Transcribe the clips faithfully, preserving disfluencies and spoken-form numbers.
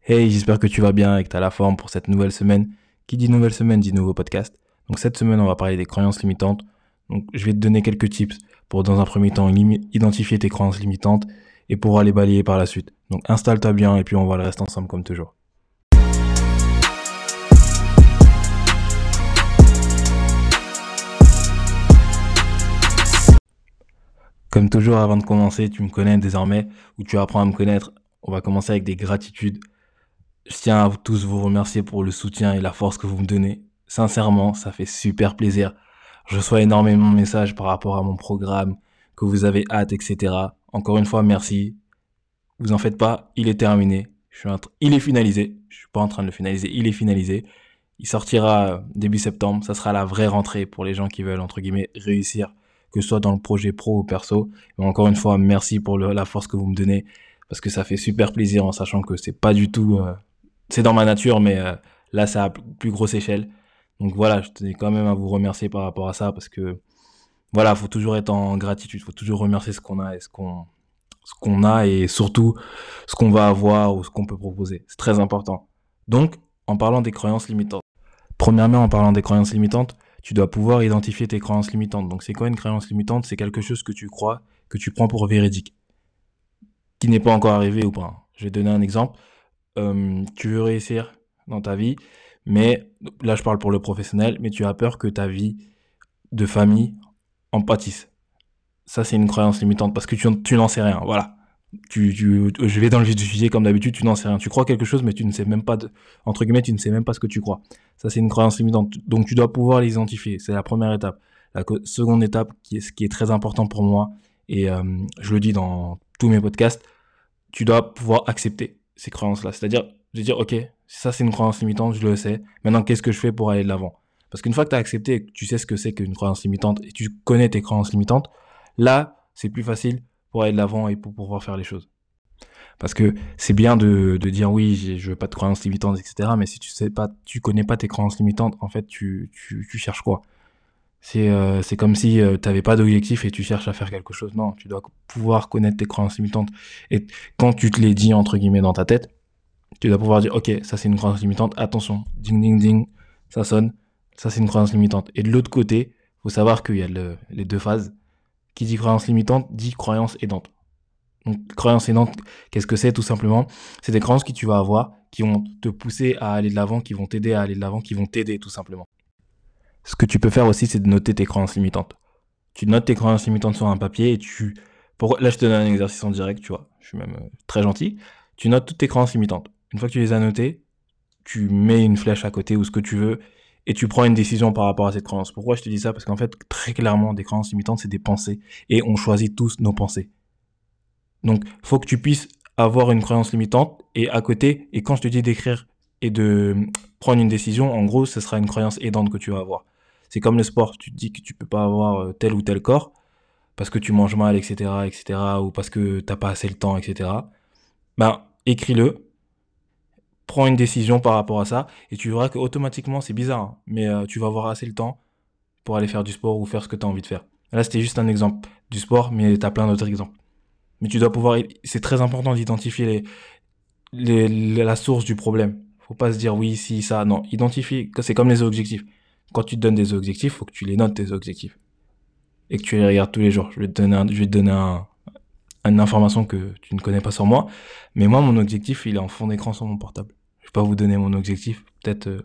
Hey, j'espère que tu vas bien et que tu as la forme pour cette nouvelle semaine. Qui dit nouvelle semaine dit nouveau podcast. Donc cette semaine, on va parler des croyances limitantes. Donc je vais te donner quelques tips pour, dans un premier temps, limi- identifier tes croyances limitantes et pouvoir les balayer par la suite. Donc installe-toi bien et puis on va le rester ensemble comme toujours. Comme toujours, avant de commencer, tu me connais désormais, ou tu apprends à me connaître. On va commencer avec des gratitudes. Je tiens à vous tous vous remercier pour le soutien et la force que vous me donnez. Sincèrement, ça fait super plaisir. Je reçois énormément de messages par rapport à mon programme, que vous avez hâte, et cetera. Encore une fois, merci. Vous en faites pas, il est terminé. Je suis en train- Il est finalisé. Je suis pas en train de le finaliser, il est finalisé. Il sortira euh, début septembre. Ça sera la vraie rentrée pour les gens qui veulent, entre guillemets, réussir, que ce soit dans le projet pro ou perso. Mais encore une fois, merci pour le- la force que vous me donnez, parce que ça fait super plaisir en sachant que c'est pas du tout... euh, c'est dans ma nature, mais euh, là, c'est à plus grosse échelle. Donc voilà, je tenais quand même à vous remercier par rapport à ça, parce que voilà, faut toujours être en gratitude, faut toujours remercier ce qu'on a et ce qu'on ce qu'on a et surtout ce qu'on va avoir ou ce qu'on peut proposer. C'est très important. Donc, en parlant des croyances limitantes. Premièrement, en parlant des croyances limitantes, tu dois pouvoir identifier tes croyances limitantes. Donc, c'est quoi une croyance limitante? C'est quelque chose que tu crois, que tu prends pour véridique, qui n'est pas encore arrivé ou pas. Je vais te donner un exemple. Euh, tu veux réussir dans ta vie, mais là, je parle pour le professionnel, mais tu as peur que ta vie de famille en pâtisse. Ça, c'est une croyance limitante parce que tu, tu n'en sais rien. Voilà. Tu, tu, je vais dans le vif du sujet comme d'habitude, tu n'en sais rien. Tu crois quelque chose, mais tu ne sais même pas, de, entre guillemets, tu ne sais même pas ce que tu crois. Ça, c'est une croyance limitante. Donc, tu dois pouvoir les identifier. C'est la première étape. La co- seconde étape, qui est, ce qui est très important pour moi, et euh, je le dis dans tous mes podcasts, tu dois pouvoir accepter ces croyances-là. C'est-à-dire, de dire, ok, ça, c'est une croyance limitante, je le sais. Maintenant, qu'est-ce que je fais pour aller de l'avant? Parce qu'une fois que tu as accepté et que tu sais ce que c'est qu'une croyance limitante et tu connais tes croyances limitantes, là, c'est plus facile pour aller de l'avant et pour pouvoir faire les choses. Parce que c'est bien de, de dire oui, j'ai- je veux pas de croyances limitantes, et cetera. Mais si tu sais pas, tu connais pas tes croyances limitantes, en fait, tu, tu, tu cherches quoi? C'est euh, c'est comme si euh, t'avais pas d'objectif et tu cherches à faire quelque chose. Non, tu dois pouvoir connaître tes croyances limitantes. Et quand tu te les dis entre guillemets dans ta tête, tu dois pouvoir dire ok, ça c'est une croyance limitante. Attention, ding ding ding, ça sonne. Ça c'est une croyance limitante. Et de l'autre côté, faut savoir qu'il y a le, les deux phases. Qui dit croyance limitante dit croyance aidante. Donc, croyance aidante, qu'est-ce que c'est tout simplement? C'est des croyances que tu vas avoir qui vont te pousser à aller de l'avant, qui vont t'aider à aller de l'avant, qui vont t'aider tout simplement. Ce que tu peux faire aussi, c'est de noter tes croyances limitantes. Tu notes tes croyances limitantes sur un papier et tu... Pour... Là, je te donne un exercice en direct, tu vois. Je suis même euh, très gentil. Tu notes toutes tes croyances limitantes. Une fois que tu les as notées, tu mets une flèche à côté ou ce que tu veux et tu prends une décision par rapport à cette croyance. Pourquoi je te dis ça? Parce qu'en fait, très clairement, des croyances limitantes, c'est des pensées et on choisit tous nos pensées. Donc, faut que tu puisses avoir une croyance limitante et à côté, et quand je te dis d'écrire et de prendre une décision, en gros, ce sera une croyance aidante que tu vas avoir. C'est comme le sport, tu te dis que tu peux pas avoir euh, tel ou tel corps parce que tu manges mal, et cetera, et cetera, ou parce que t'as pas assez le temps, et cetera. Ben, écris-le, prends une décision par rapport à ça, et tu verras que automatiquement, c'est bizarre, hein, mais euh, tu vas avoir assez le temps pour aller faire du sport ou faire ce que tu as envie de faire. Là, c'était juste un exemple du sport, mais t'as plein d'autres exemples. Mais tu dois pouvoir, c'est très important d'identifier les, les, la source du problème. Faut pas se dire oui, si, ça, non. Identifie, c'est comme les objectifs. Quand tu te donnes des objectifs, faut que tu les notes, tes objectifs. Et que tu les regardes tous les jours. Je vais te donner, un, je vais te donner un, une information que tu ne connais pas sur moi. Mais moi, mon objectif, il est en fond d'écran sur mon portable. Je vais pas vous donner mon objectif, peut-être euh,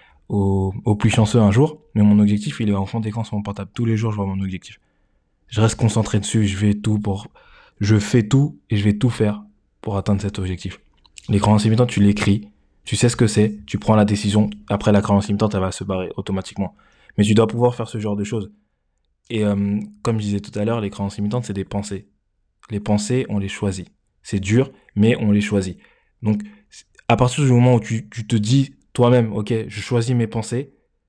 au, au plus chanceux un jour. Mais mon objectif, il est en fond d'écran sur mon portable. Tous les jours, je vois mon objectif. Je reste concentré dessus, je vais tout pour, je fais tout et je vais tout faire pour atteindre cet objectif. Les croyances limitantes, tu l'écris, tu sais ce que c'est, tu prends la décision, après la croyance limitante, elle va se barrer automatiquement. Mais tu dois pouvoir faire ce genre de choses. Et euh, comme je disais tout à l'heure, les croyances limitantes, c'est des pensées. Les pensées, on les choisit. C'est dur, mais on les choisit. Donc, à partir du moment où tu, tu te dis toi-même, ok, je choisis mes pensées,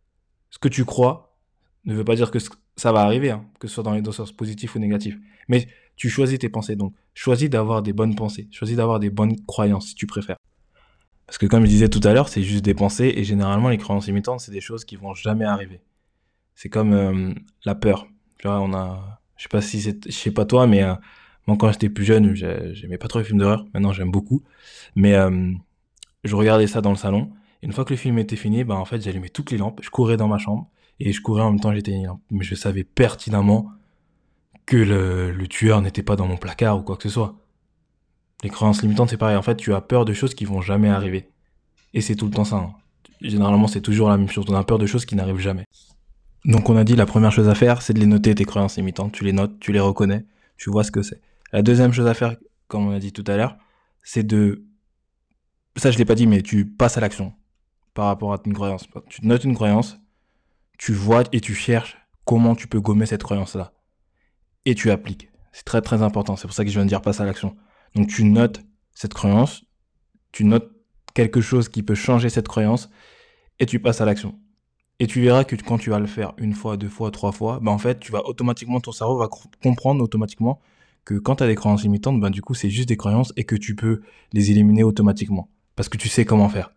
ce que tu crois ne veut pas dire que ça va arriver, hein, que ce soit dans les deux sens positifs ou négatifs. Mais tu choisis tes pensées, donc choisis d'avoir des bonnes pensées, choisis d'avoir des bonnes croyances si tu préfères. Parce que comme je disais tout à l'heure, c'est juste des pensées et généralement les croyances limitantes, c'est des choses qui vont jamais arriver. C'est comme euh, la peur. Tu vois, on a, je sais pas si c'est, je sais pas toi, mais euh, moi quand j'étais plus jeune, j'aimais pas trop les films d'horreur. Maintenant j'aime beaucoup, mais euh, je regardais ça dans le salon. Et une fois que le film était fini, bah en fait, j'allumais toutes les lampes, je courais dans ma chambre et je courais en même temps j'éteignais les lampes. Mais je savais pertinemment que le, le tueur n'était pas dans mon placard ou quoi que ce soit. Les croyances limitantes, c'est pareil. En fait, tu as peur de choses qui vont jamais arriver. Et c'est tout le temps ça, hein. Généralement, c'est toujours la même chose. On a peur de choses qui n'arrivent jamais. Donc, on a dit la première chose à faire, c'est de les noter, tes croyances limitantes. Tu les notes, tu les reconnais, tu vois ce que c'est. La deuxième chose à faire, comme on a dit tout à l'heure, c'est de... Ça, je l'ai pas dit, mais tu passes à l'action par rapport à une croyance. Tu notes une croyance, tu vois et tu cherches comment tu peux gommer cette croyance-là. Et tu appliques. C'est très très important. C'est pour ça que je viens de dire passe à l'action. Donc, tu notes cette croyance, tu notes quelque chose qui peut changer cette croyance et tu passes à l'action. Et tu verras que quand tu vas le faire une fois, deux fois, trois fois, bah en fait, tu vas automatiquement, ton cerveau va comprendre automatiquement que quand tu as des croyances limitantes, bah du coup, c'est juste des croyances et que tu peux les éliminer automatiquement. Parce que tu sais comment faire.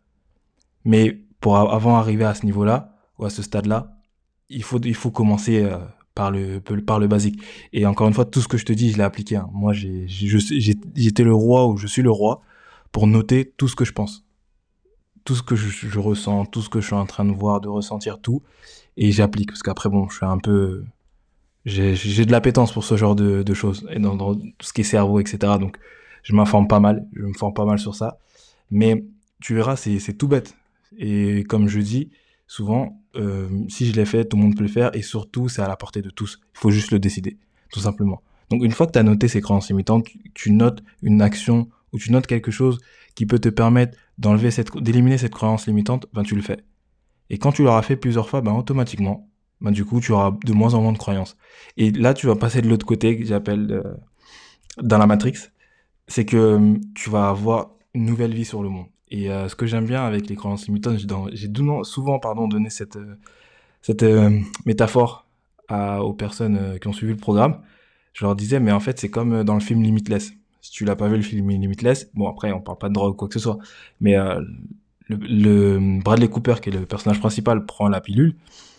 Mais pour avant d'arriver à ce niveau-là, ou à ce stade-là, il faut, il faut commencer euh, par, le, par le basique. Et encore une fois, tout ce que je te dis, je l'ai appliqué. Hein. Moi, j'ai, j'ai, j'ai, j'étais le roi ou je suis le roi pour noter tout ce que je pense. Tout ce que je, je ressens, tout ce que je suis en train de voir, de ressentir, tout. Et j'applique. Parce qu'après, bon, je suis un peu... J'ai, j'ai de l'appétence pour ce genre de, de choses. Et dans, dans tout ce qui est cerveau, et cetera. Donc, je m'informe pas mal. Je me forme pas mal sur ça. Mais tu verras, c'est, c'est tout bête. Et comme je dis, souvent, euh, si je l'ai fait, tout le monde peut le faire. Et surtout, c'est à la portée de tous. Il faut juste le décider, tout simplement. Donc, une fois que tu as noté ces croyances limitantes, tu, tu notes une action ou tu notes quelque chose qui peut te permettre d'enlever cette, d'éliminer cette croyance limitante, ben tu le fais. Et quand tu l'auras fait plusieurs fois, ben automatiquement, ben du coup, tu auras de moins en moins de croyances. Et là, tu vas passer de l'autre côté, que j'appelle euh, dans la Matrix, c'est que euh, tu vas avoir une nouvelle vie sur le monde. Et euh, ce que j'aime bien avec les croyances limitantes, j'ai, dans, j'ai dou- souvent pardon, donné cette, euh, cette euh, métaphore à, aux personnes euh, qui ont suivi le programme. Je leur disais, mais en fait, c'est comme euh, dans le film Limitless. Si tu l'as pas vu, le film Limitless, bon, après, on parle pas de drogue ou quoi que ce soit, mais euh, le, le Bradley Cooper, qui est le personnage principal, prend la pilule,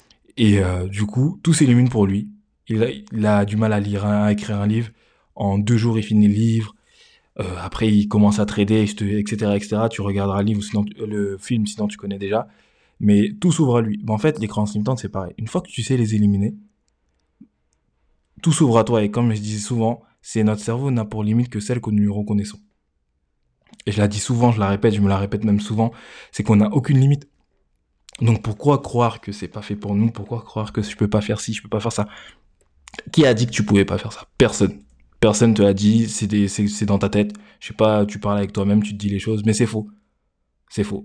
et euh, du coup, tout s'illumine pour lui. Il a, il a du mal à lire, un- à écrire un livre. En deux jours, il finit le livre. Euh, après, il commence à trader, je te- et cetera, et cetera. Tu regarderas le livre, ou sinon, tu- le film, sinon tu connais déjà. Mais tout s'ouvre à lui. Ben, en fait, les croyances limitantes, c'est pareil. Une fois que tu sais les éliminer, tout s'ouvre à toi. Et comme je disais souvent, c'est notre cerveau n'a pour limite que celle que nous lui reconnaissons. Et je la dis souvent, je la répète, je me la répète même souvent, c'est qu'on n'a aucune limite. Donc pourquoi croire que c'est pas fait pour nous? Pourquoi croire que je peux pas faire ci, je peux pas faire ça? Qui a dit que tu pouvais pas faire ça? Personne. Personne te l'a dit, c'est, des, c'est, c'est dans ta tête. Je sais pas, tu parles avec toi-même, tu te dis les choses, mais c'est faux. C'est faux.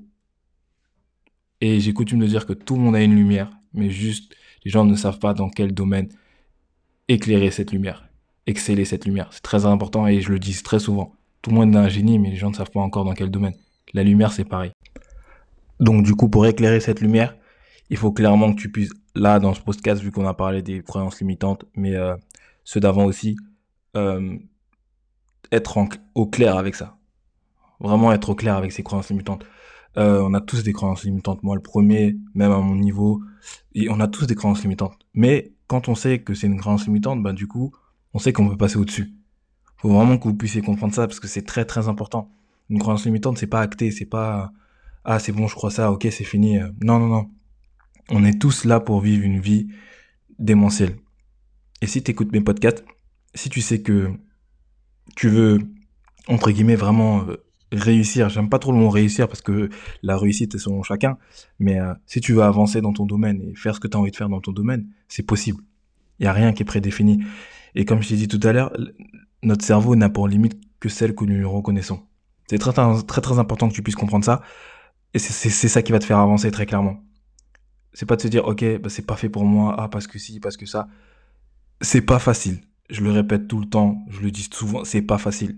Et j'ai coutume de dire que tout le monde a une lumière, mais juste, les gens ne savent pas dans quel domaine éclairer cette lumière, exceller cette lumière. C'est très important et je le dis très souvent. Tout le monde a un génie, mais les gens ne savent pas encore dans quel domaine. La lumière, c'est pareil. Donc du coup, pour éclairer cette lumière, il faut clairement que tu puisses, là, dans ce podcast, vu qu'on a parlé des croyances limitantes, mais euh, ceux d'avant aussi, euh, être en, au clair avec ça. Vraiment être au clair avec ces croyances limitantes. Euh, on a tous des croyances limitantes. Moi, le premier, même à mon niveau, et on a tous des croyances limitantes. Mais quand on sait que c'est une croyance limitante, bah du coup, on sait qu'on peut passer au-dessus. Faut vraiment que vous puissiez comprendre ça parce que c'est très très important. Une croyance limitante, c'est pas acté, c'est pas ah c'est bon, je crois ça, ok, c'est fini. Non non non. On est tous là pour vivre une vie démentielle. Et si tu écoutes mes podcasts, si tu sais que tu veux entre guillemets vraiment euh, réussir, j'aime pas trop le mot réussir parce que la réussite est selon chacun, mais euh, si tu veux avancer dans ton domaine et faire ce que tu as envie de faire dans ton domaine, c'est possible. Il y a rien qui est prédéfini. Et comme je t'ai dit tout à l'heure, notre cerveau n'a pour limite que celle que nous lui reconnaissons. C'est très, très très très important que tu puisses comprendre ça et c'est c'est c'est ça qui va te faire avancer très clairement. C'est pas de se dire OK, bah c'est pas fait pour moi, ah parce que si, parce que ça, c'est pas facile. Je le répète tout le temps, je le dis souvent, c'est pas facile.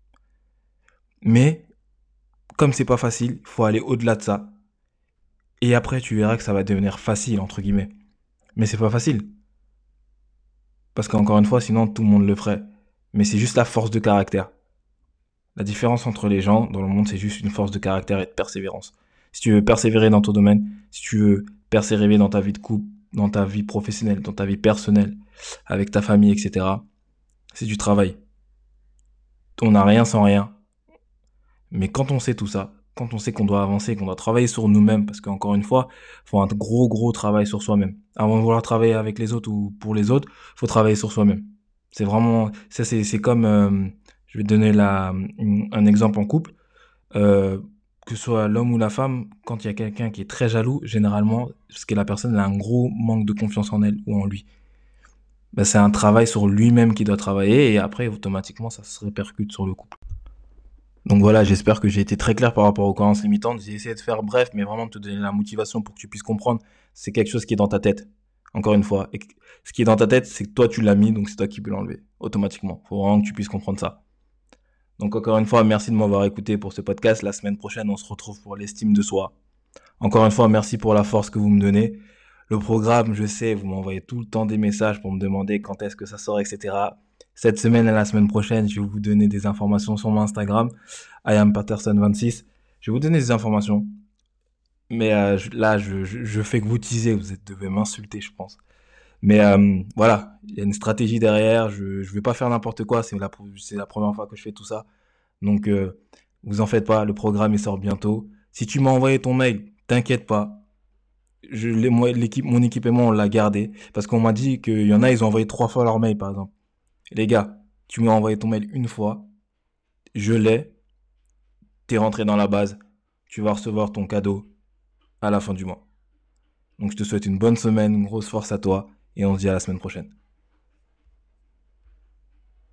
Mais comme c'est pas facile, faut aller au-delà de ça. Et après, tu verras que ça va devenir facile, entre guillemets. Mais c'est pas facile. Parce qu'encore une fois, sinon tout le monde le ferait. Mais c'est juste la force de caractère. La différence entre les gens dans le monde, c'est juste une force de caractère et de persévérance. Si tu veux persévérer dans ton domaine, si tu veux persévérer dans ta vie de couple, dans ta vie professionnelle, dans ta vie personnelle, avec ta famille, et cetera, c'est du travail. On n'a rien sans rien. Mais quand on sait tout ça, quand on sait qu'on doit avancer, qu'on doit travailler sur nous-mêmes, parce qu'encore une fois, faut un gros, gros travail sur soi-même. Avant de vouloir travailler avec les autres ou pour les autres, faut travailler sur soi-même. C'est vraiment, ça c'est, c'est comme, euh, je vais te donner la, une- un exemple en couple, euh, que ce soit l'homme ou la femme, quand il y a quelqu'un qui est très jaloux, généralement, parce que la personne elle a un gros manque de confiance en elle ou en lui. Ben, c'est un travail sur lui-même qui doit travailler et après, automatiquement, ça se répercute sur le couple. Donc voilà, j'espère que j'ai été très clair par rapport aux croyances limitantes. J'ai essayé de faire bref, mais vraiment de te donner la motivation pour que tu puisses comprendre. C'est quelque chose qui est dans ta tête. Encore une fois. Et ce qui est dans ta tête, c'est que toi, tu l'as mis, donc c'est toi qui peux l'enlever. Automatiquement. Faut vraiment que tu puisses comprendre ça. Donc encore une fois, merci de m'avoir écouté pour ce podcast. La semaine prochaine, on se retrouve pour l'estime de soi. Encore une fois, merci pour la force que vous me donnez. Le programme, je sais, vous m'envoyez tout le temps des messages pour me demander quand est-ce que ça sort, et cetera. Cette semaine et la semaine prochaine, je vais vous donner des informations sur mon Instagram, I am Patterson vingt-six. Je vais vous donner des informations. Mais euh, je- là, je, je, je fais que vous teaser, vous êtes, devez m'insulter, je pense. Mais euh, voilà, il y a une stratégie derrière, je je vais pas faire n'importe quoi, c'est la, c'est la première fois que je fais tout ça. Donc, euh, vous en faites pas, le programme il sort bientôt. Si tu m'as envoyé ton mail, t'inquiète pas, je, l'ai- moi, l'équipe, mon équipe et moi, on l'a gardé. Parce qu'on m'a dit qu'il y en a, ils ont envoyé trois fois leur mail, par exemple. Les gars, tu m'as envoyé ton mail une fois, je l'ai, t'es rentré dans la base, tu vas recevoir ton cadeau à la fin du mois. Donc je te souhaite une bonne semaine, une grosse force à toi, et on se dit à la semaine prochaine.